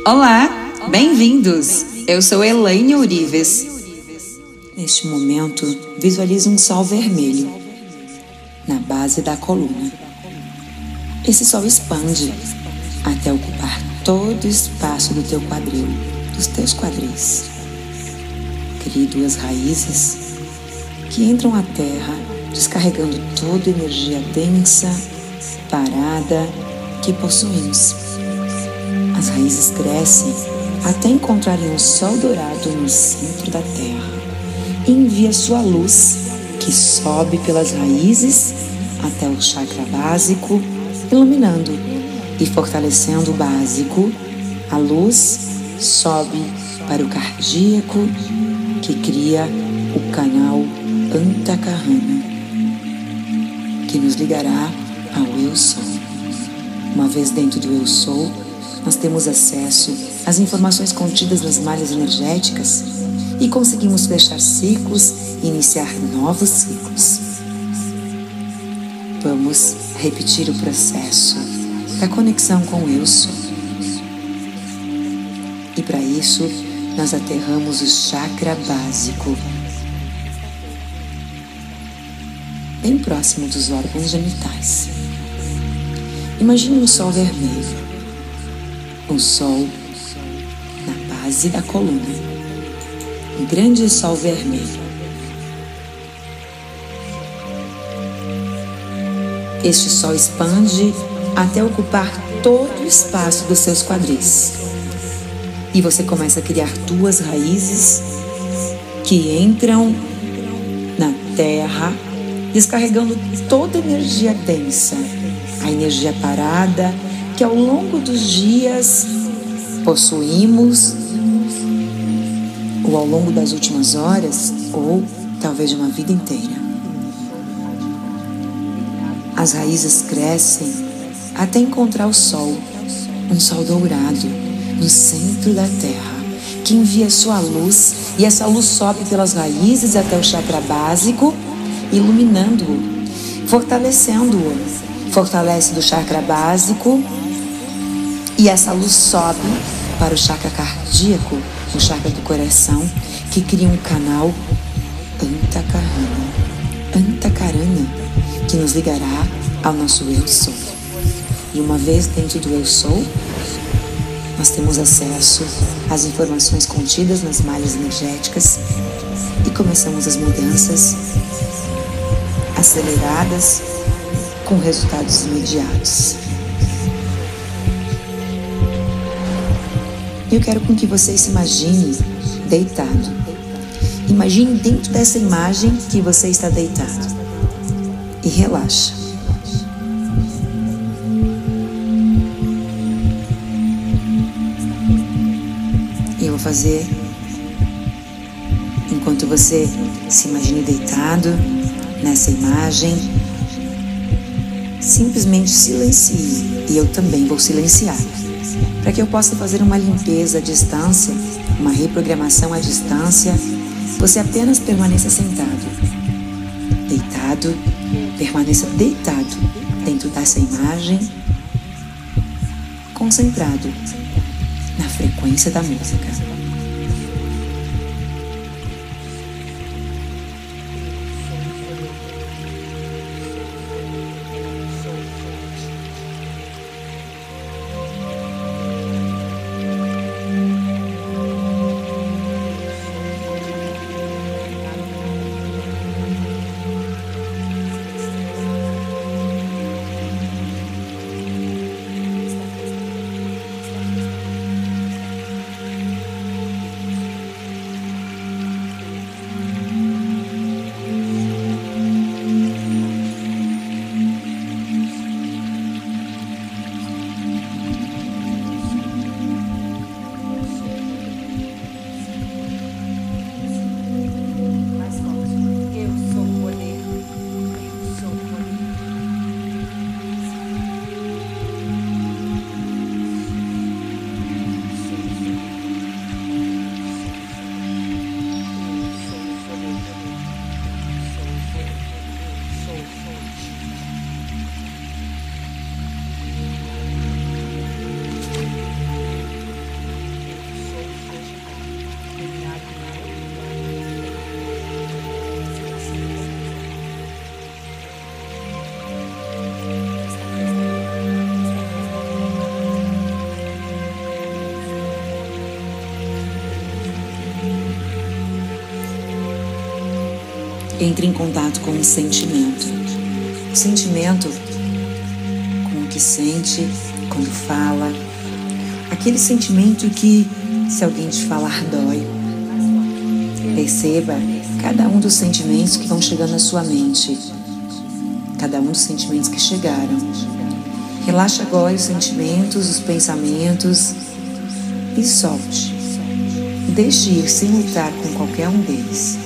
Olá, bem-vindos! Eu sou Elaine Urives. Neste momento, visualize um sol vermelho na base da coluna. Esse sol expande até ocupar todo o espaço do teu quadril, dos teus quadris. Crie duas raízes que entram à terra, descarregando toda a energia densa, parada que possuímos. As raízes crescem até encontrarem um sol dourado no centro da terra e envia sua luz, que sobe pelas raízes até o chakra básico, iluminando e fortalecendo o básico. A luz sobe para o cardíaco, que cria o canal Antakarana, que nos ligará ao Eu Sou. Uma vez dentro do Eu Sou, nós temos acesso às informações contidas nas malhas energéticas e conseguimos fechar ciclos e iniciar novos ciclos. Vamos repetir o processo da conexão com o Eu Sou. E para isso, nós aterramos o chakra básico, bem próximo dos órgãos genitais. Imagine um sol vermelho. Um sol na base da coluna, um grande sol vermelho. Este sol expande até ocupar todo o espaço dos seus quadris. E você começa a criar duas raízes que entram na terra, descarregando toda a energia densa, a energia parada, que ao longo dos dias possuímos, ou ao longo das últimas horas, ou talvez de uma vida inteira. As raízes crescem até encontrar o sol, um sol dourado, no centro da terra, que envia sua luz, e essa luz sobe pelas raízes até o chakra básico, iluminando-o, fortalecendo-o. Fortalece do chakra básico, e essa luz sobe para o chakra cardíaco, o chakra do coração, que cria um canal Antakarana, que nos ligará ao nosso Eu Sou. E uma vez dentro do Eu Sou, nós temos acesso às informações contidas nas malhas energéticas e começamos as mudanças aceleradas com resultados imediatos. Eu quero com que você se imagine deitado. Imagine dentro dessa imagem que você está deitado. E relaxa. E eu vou fazer enquanto você se imagine deitado nessa imagem. Simplesmente silencie. E eu também vou silenciar, para que eu possa fazer uma limpeza à distância, uma reprogramação à distância. Você apenas permaneça sentado, deitado, permaneça deitado dentro dessa imagem, concentrado na frequência da música. Entre em contato com o sentimento. O sentimento com o que sente quando fala. Aquele sentimento que, se alguém te falar, dói. Perceba cada um dos sentimentos que vão chegando à sua mente. Cada um dos sentimentos que chegaram. Relaxa agora os sentimentos, os pensamentos e solte. Deixe ir sem lutar com qualquer um deles.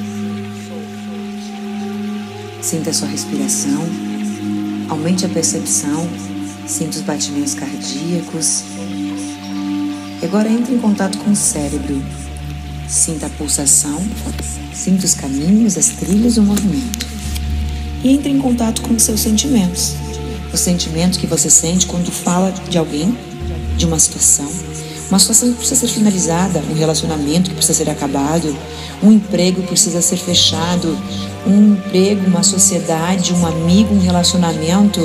Sinta a sua respiração, aumente a percepção, sinta os batimentos cardíacos. E agora entre em contato com o cérebro. Sinta a pulsação, sinta os caminhos, as trilhas, o movimento. E entre em contato com os seus sentimentos. O sentimento que você sente quando fala de alguém, de uma situação que precisa ser finalizada, um relacionamento que precisa ser acabado, um emprego que precisa ser fechado, um emprego, uma sociedade, um amigo, um relacionamento.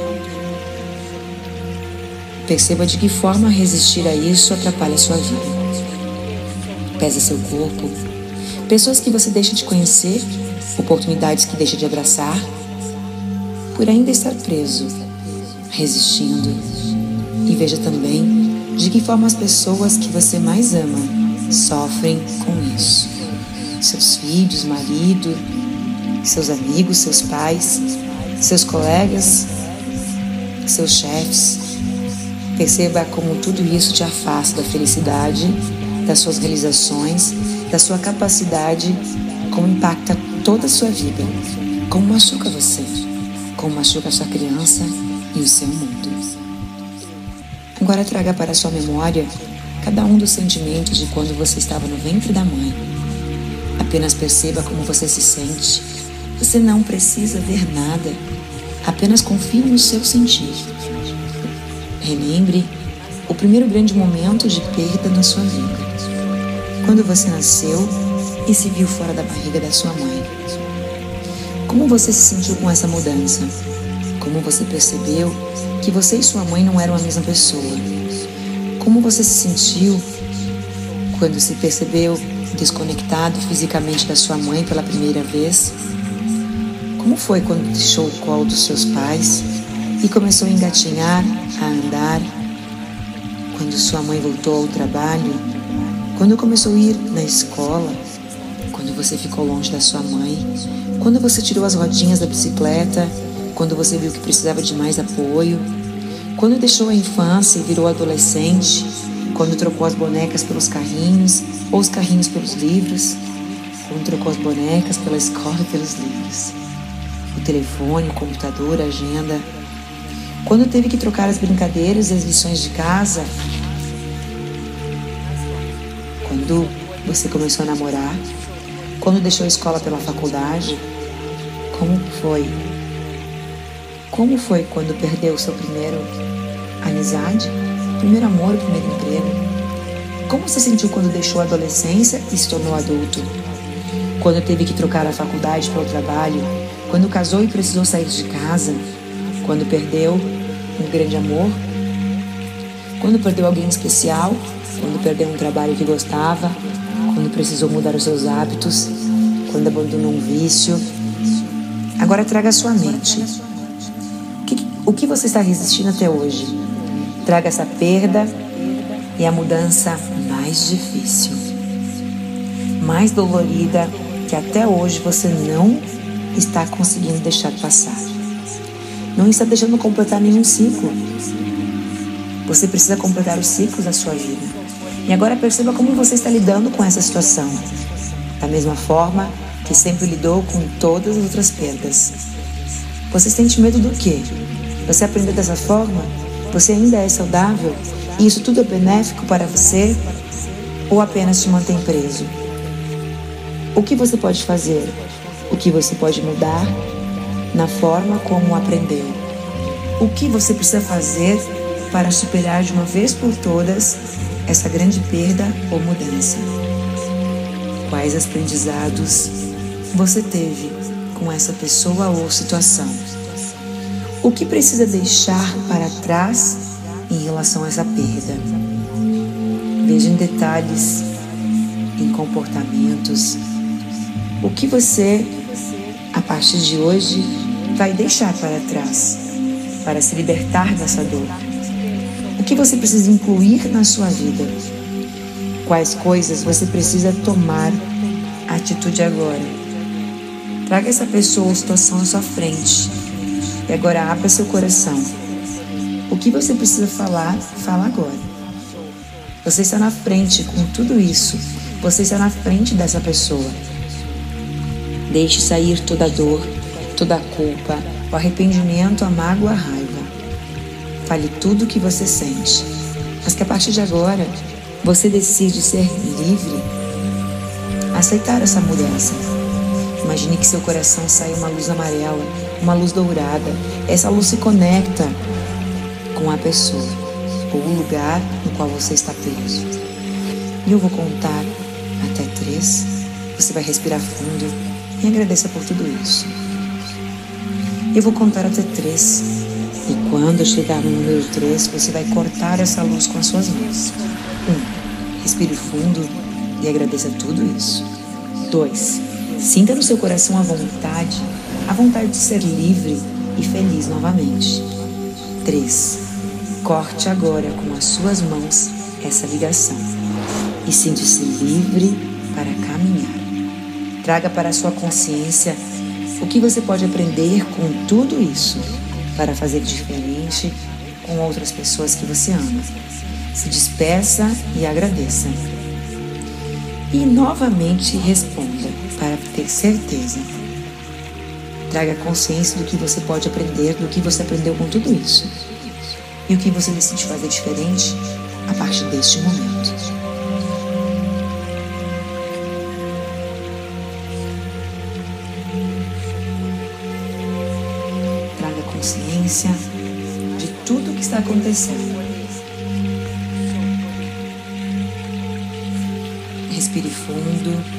Perceba de que forma resistir a isso atrapalha a sua vida. Pesa seu corpo, pessoas que você deixa de conhecer, oportunidades que deixa de abraçar, por ainda estar preso, resistindo. E veja também de que forma as pessoas que você mais ama sofrem com isso. Seus filhos, marido, seus amigos, seus pais, seus colegas, seus chefes. Perceba como tudo isso te afasta da felicidade, das suas realizações, da sua capacidade, como impacta toda a sua vida, como machuca você, como machuca a sua criança e o seu mundo. Agora traga para a sua memória cada um dos sentimentos de quando você estava no ventre da mãe. Apenas perceba como você se sente. Você não precisa ver nada, apenas confie no seu sentir. Relembre o primeiro grande momento de perda na sua vida. Quando você nasceu e se viu fora da barriga da sua mãe. Como você se sentiu com essa mudança? Como você percebeu que você e sua mãe não eram a mesma pessoa? Como você se sentiu quando se percebeu desconectado fisicamente da sua mãe pela primeira vez? Como foi quando deixou o colo dos seus pais e começou a engatinhar, a andar? Quando sua mãe voltou ao trabalho? Quando começou a ir na escola? Quando você ficou longe da sua mãe? Quando você tirou as rodinhas da bicicleta? Quando você viu que precisava de mais apoio? Quando deixou a infância e virou adolescente? Quando trocou as bonecas pelos carrinhos ou os carrinhos pelos livros? Quando trocou as bonecas pela escola e pelos livros? O telefone, o computador, a agenda? Quando teve que trocar as brincadeiras e as lições de casa? Quando você começou a namorar? Quando deixou a escola pela faculdade? Como foi? Como foi quando perdeu o seu primeiro amizade, primeiro amor, primeiro emprego? Como se sentiu quando deixou a adolescência e se tornou adulto? Quando teve que trocar a faculdade pelo trabalho? Quando casou e precisou sair de casa? Quando perdeu um grande amor? Quando perdeu alguém especial? Quando perdeu um trabalho que gostava? Quando precisou mudar os seus hábitos? Quando abandonou um vício? Agora traga à sua mente. O que você está resistindo até hoje? Traga essa perda e a mudança mais difícil, mais dolorida, que até hoje você não está conseguindo deixar passar. Não está deixando completar nenhum ciclo. Você precisa completar os ciclos da sua vida. E agora perceba como você está lidando com essa situação. Da mesma forma que sempre lidou com todas as outras perdas. Você sente medo do quê? Você aprendeu dessa forma? Você ainda é saudável? E isso tudo é benéfico para você? Ou apenas te mantém preso? O que você pode fazer? O que você pode mudar na forma como aprendeu? O que você precisa fazer para superar de uma vez por todas essa grande perda ou mudança? Quais aprendizados você teve com essa pessoa ou situação? O que precisa deixar para trás em relação a essa perda? Veja em detalhes, em comportamentos, o que você a partir de hoje, vai deixar para trás, para se libertar dessa dor? O que você precisa incluir na sua vida? Quais coisas você precisa tomar atitude agora? Traga essa pessoa ou situação à sua frente e agora abra seu coração. O que você precisa falar, fala agora. Você está na frente com tudo isso. Você está na frente dessa pessoa. Deixe sair toda a dor, toda a culpa, o arrependimento, a mágoa, a raiva. Fale tudo o que você sente. Mas que a partir de agora, você decide ser livre. Aceitar essa mudança. Imagine que seu coração sai uma luz amarela, uma luz dourada. Essa luz se conecta com a pessoa ou o lugar no qual você está preso. E eu vou contar até 3. Você vai respirar fundo e agradeça por tudo isso. Eu vou contar até 3. E quando chegar no número 3, você vai cortar essa luz com as suas mãos. 1. Respire fundo e agradeça tudo isso. 2. Sinta no seu coração a vontade de ser livre e feliz novamente. 3. Corte agora com as suas mãos essa ligação e sinta-se livre para caminhar. Traga para a sua consciência o que você pode aprender com tudo isso para fazer diferente com outras pessoas que você ama. Se despeça e agradeça. E novamente responda para ter certeza. Traga consciência do que você pode aprender, do que você aprendeu com tudo isso. E o que você decide fazer diferente a partir deste momento. Traga consciência de tudo o que está acontecendo. Respire fundo.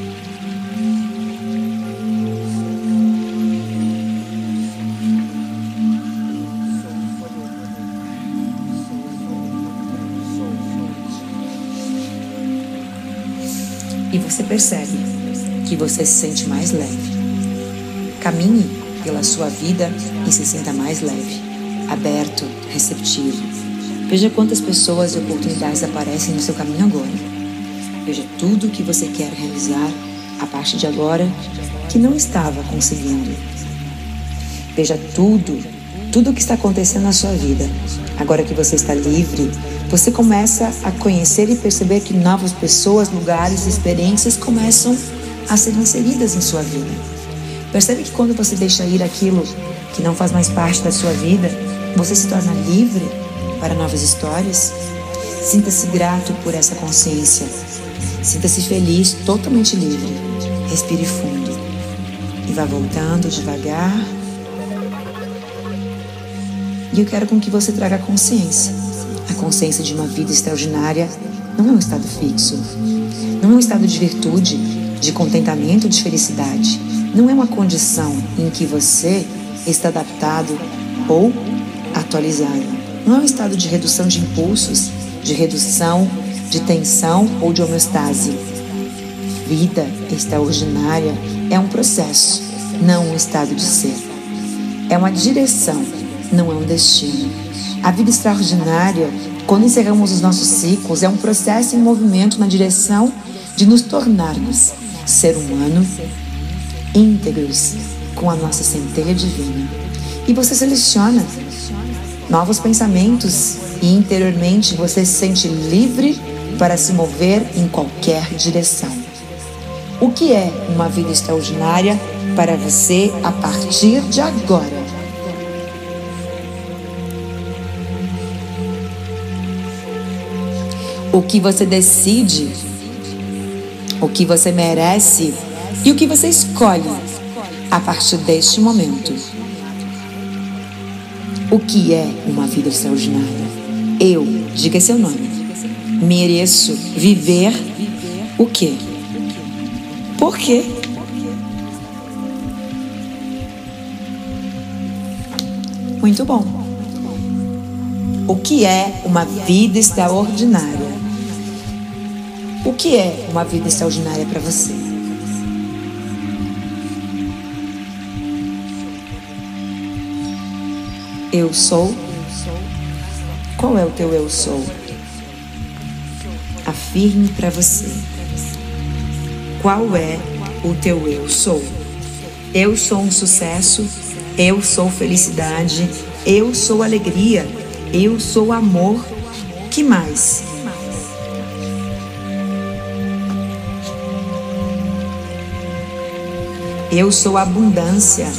E você percebe que você se sente mais leve. Caminhe pela sua vida e se sinta mais leve, aberto, receptivo. Veja quantas pessoas e oportunidades aparecem no seu caminho agora. Veja tudo o que você quer realizar a partir de agora que não estava conseguindo. Veja tudo o que está acontecendo na sua vida. Agora que você está livre, você começa a conhecer e perceber que novas pessoas, lugares e experiências começam a ser inseridas em sua vida. Percebe que quando você deixa ir aquilo que não faz mais parte da sua vida, você se torna livre para novas histórias? Sinta-se grato por essa consciência. Sinta-se feliz, totalmente livre. Respire fundo e vá voltando devagar. E eu quero com que você traga consciência. A consciência de uma vida extraordinária não é um estado fixo. Não é um estado de virtude, de contentamento, de felicidade. Não é uma condição em que você está adaptado ou atualizado. Não é um estado de redução de impulsos, de redução de tensão ou de homeostase. Vida extraordinária é um processo, não um estado de ser. É uma direção, não é um destino. A vida extraordinária, quando encerramos os nossos ciclos, é um processo em movimento na direção de nos tornarmos ser humano íntegros com a nossa centelha divina. E você seleciona novos pensamentos e interiormente você se sente livre para se mover em qualquer direção. O que é uma vida extraordinária para você a partir de agora? O que você decide, o que você merece e o que você escolhe a partir deste momento. O que é uma vida extraordinária? Eu, diga seu nome, mereço viver o quê? Por quê? Muito bom. O que é uma vida extraordinária? O que é uma vida extraordinária para você? eu sou? Qual é o teu eu sou? Afirme para você. Qual é o teu eu sou? Eu sou um sucesso, eu sou felicidade, eu sou alegria, eu sou amor. Que mais? Eu sou abundância.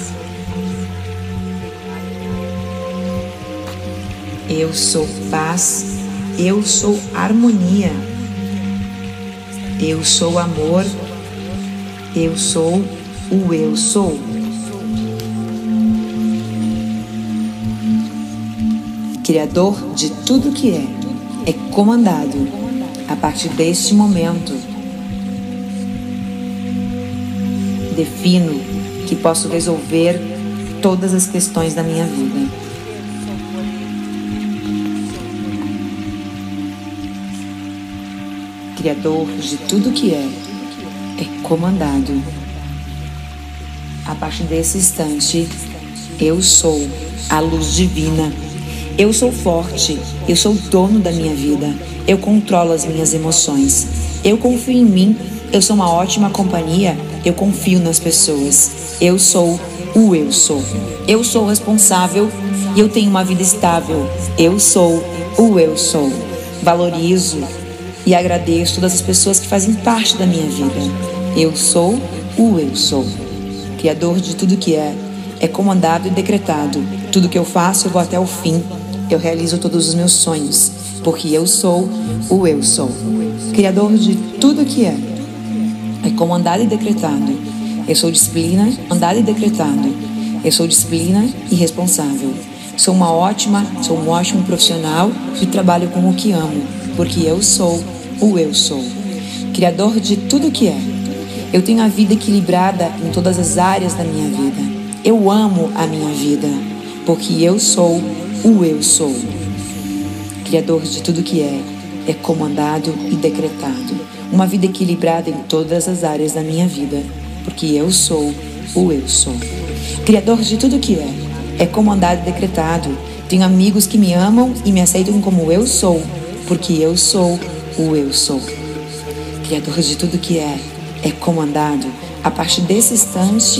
Eu sou paz. Eu sou harmonia. Eu sou amor. Eu sou o eu sou. Criador de tudo que é comandado a partir deste momento. Defino que posso resolver todas as questões da minha vida. Criador de tudo que é comandado. A partir desse instante, eu sou a luz divina. Eu sou forte, eu sou dono da minha vida. Eu controlo as minhas emoções. Eu confio em mim. Eu sou uma ótima companhia. Eu confio nas pessoas. Eu sou o eu sou. Eu sou responsável e eu tenho uma vida estável. Eu sou o eu sou. Valorizo e agradeço todas as pessoas que fazem parte da minha vida. Eu sou o eu sou. Criador de tudo que é comandado e decretado. Tudo que eu faço, eu vou até o fim. Eu realizo todos os meus sonhos, porque eu sou o eu sou. Criador de tudo que é comandado e decretado. Eu sou disciplina, mandado e decretado. Eu sou disciplina e responsável. Sou um ótimo profissional e trabalho com o que amo, porque eu sou o eu sou. Criador de tudo que é. Eu tenho a vida equilibrada em todas as áreas da minha vida. Eu amo a minha vida, porque eu sou o eu sou. Criador de tudo que é comandado e decretado. Uma vida equilibrada em todas as áreas da minha vida, porque eu sou o eu sou. Criador de tudo que é comandado e decretado. Tenho amigos que me amam e me aceitam como eu sou, porque eu sou o eu sou. Criador de tudo que é comandado. A partir desse instante,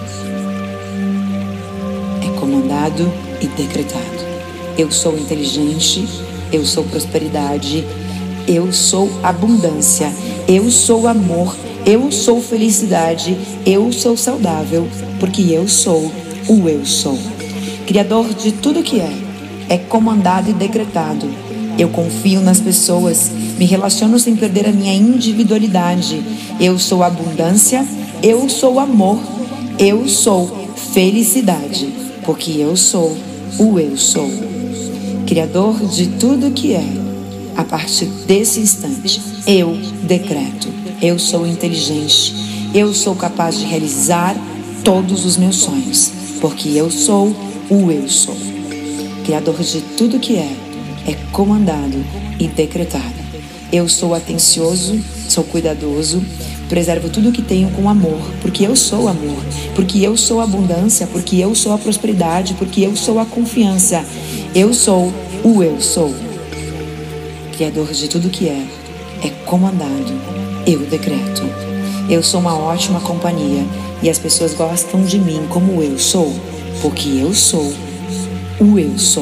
é comandado e decretado. Eu sou inteligente, eu sou prosperidade, eu sou abundância, eu sou amor, eu sou felicidade, eu sou saudável, porque eu sou o eu sou. Criador de tudo que é comandado e decretado. Eu confio nas pessoas, me relaciono sem perder a minha individualidade. Eu sou abundância, eu sou amor, eu sou felicidade, porque eu sou o eu sou. Criador de tudo que a partir desse instante, eu decreto. Eu sou inteligente, eu sou capaz de realizar todos os meus sonhos, porque eu sou o eu sou. Criador de tudo que é comandado e decretado. Eu sou atencioso, sou cuidadoso, preservo tudo que tenho com amor, porque eu sou amor, porque eu sou abundância, porque eu sou a prosperidade, porque eu sou a confiança. Eu sou o eu sou. Criador de tudo que é comandado, eu decreto. Eu sou uma ótima companhia e as pessoas gostam de mim como eu sou, porque eu sou o eu sou.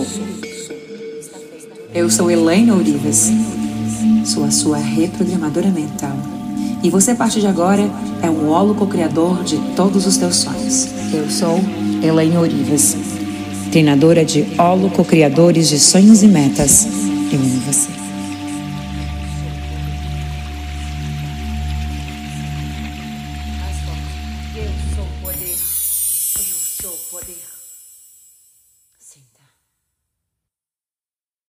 Eu sou Elaine Ourives, sou a sua reprogramadora mental. E você, a partir de agora, é um holo-co-criador de todos os teus sonhos. Eu sou Elaine Ourives, treinadora de holo-co-criadores de sonhos e metas. Eu amo você.